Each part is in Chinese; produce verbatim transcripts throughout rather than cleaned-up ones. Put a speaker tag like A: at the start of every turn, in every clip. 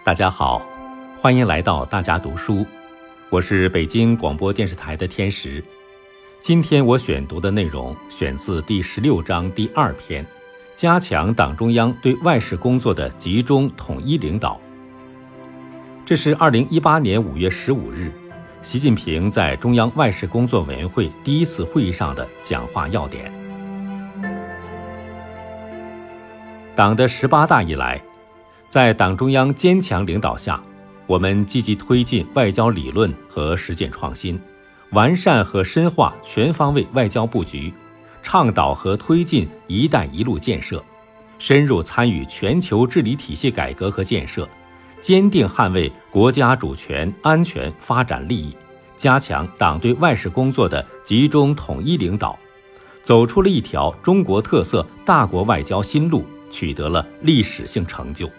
A: 大家好，欢迎来到大家读书，我是北京广播电视台的天石。今天我选读的内容选自第十六章第二篇，加强党中央对外事工作的集中统一领导。这是二零一八年五月十五日，习近平在中央外事工作委员会第一次会议上的讲话要点。党的十八大以来，在党中央坚强领导下，我们积极推进外交理论和实践创新，完善和深化全方位外交布局，倡导和推进“一带一路”建设，深入参与全球治理体系改革和建设，坚定捍卫国家主权、安全、发展利益，加强党对外事工作的集中统一领导，走出了一条中国特色大国外交新路，取得了历史性成就。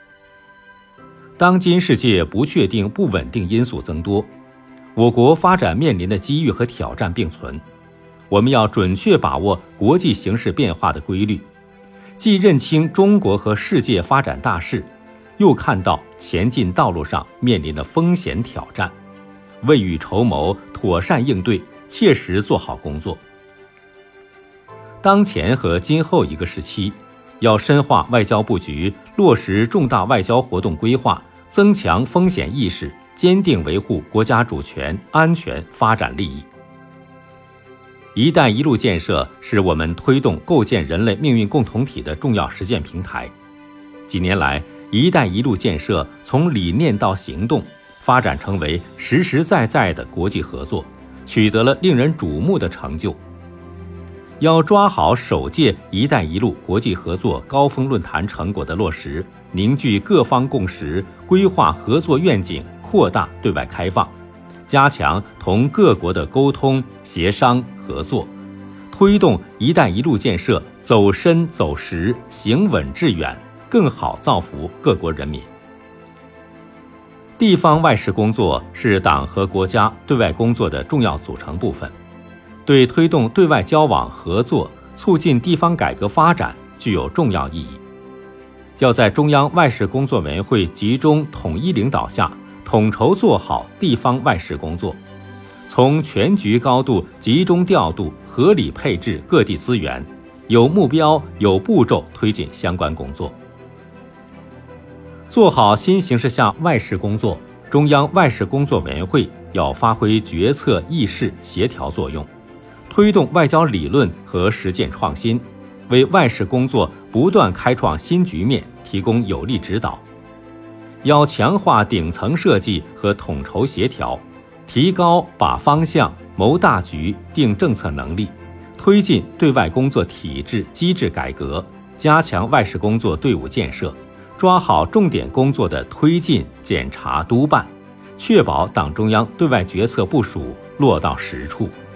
A: 当今世界不确定、不稳定因素增多，我国发展面临的机遇和挑战并存，我们要准确把握国际形势变化的规律，既认清中国和世界发展大势，又看到前进道路上面临的风险挑战，未雨绸缪，妥善应对，切实做好工作。当前和今后一个时期，要深化外交布局，落实重大外交活动规划，增强风险意识，坚定维护国家主权、安全、发展利益。一带一路建设是我们推动构建人类命运共同体的重要实践平台。几年来，一带一路建设从理念到行动，发展成为实实在在的国际合作，取得了令人瞩目的成就。要抓好首届“一带一路”国际合作高峰论坛成果的落实，凝聚各方共识，规划合作愿景，扩大对外开放，加强同各国的沟通、协商、合作，推动“一带一路”建设走深走实，行稳致远，更好造福各国人民。地方外事工作是党和国家对外工作的重要组成部分，对推动对外交往合作、促进地方改革发展具有重要意义。要在中央外事工作委员会集中统一领导下，统筹做好地方外事工作，从全局高度集中调度、合理配置各地资源，有目标、有步骤推进相关工作。做好新形势下外事工作，中央外事工作委员会要发挥决策议事协调作用，推动外交理论和实践创新，为外事工作不断开创新局面提供有力指导。要强化顶层设计和统筹协调，提高把方向、谋大局、定政策能力，推进对外工作体制机制改革，加强外事工作队伍建设，抓好重点工作的推进、检查、督办，确保党中央对外决策部署落到实处。